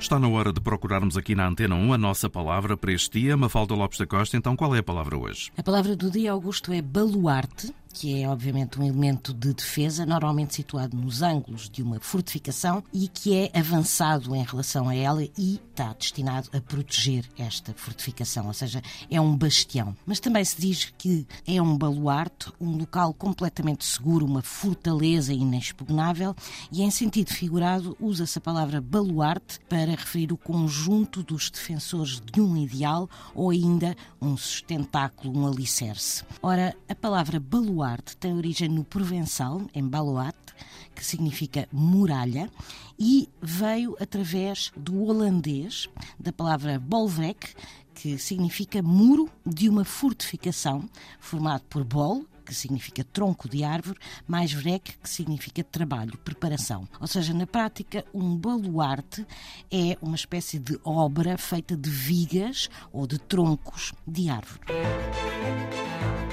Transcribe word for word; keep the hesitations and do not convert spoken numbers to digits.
Está na hora de procurarmos aqui na Antena um a nossa palavra para este dia. Mafalda Lopes da Costa, então qual é a palavra hoje? A palavra do dia, Augusto, é baluarte, que é obviamente um elemento de defesa, normalmente situado nos ângulos de uma fortificação e que é avançado em relação a ela e está destinado a proteger esta fortificação, ou seja, é um bastião. Mas também se diz que é um baluarte, um local completamente seguro, uma fortaleza inexpugnável, e em sentido figurado usa-se a palavra baluarte para referir o conjunto dos defensores de um ideal ou ainda um sustentáculo, um alicerce. Ora, a palavra baluarte tem origem no provençal, em Baluat, que significa muralha, e veio através do holandês, da palavra bolvrek, que significa muro de uma fortificação, formado por bol, que significa tronco de árvore, mais vrek, que significa trabalho, preparação. Ou seja, na prática, um baluarte é uma espécie de obra feita de vigas ou de troncos de árvore.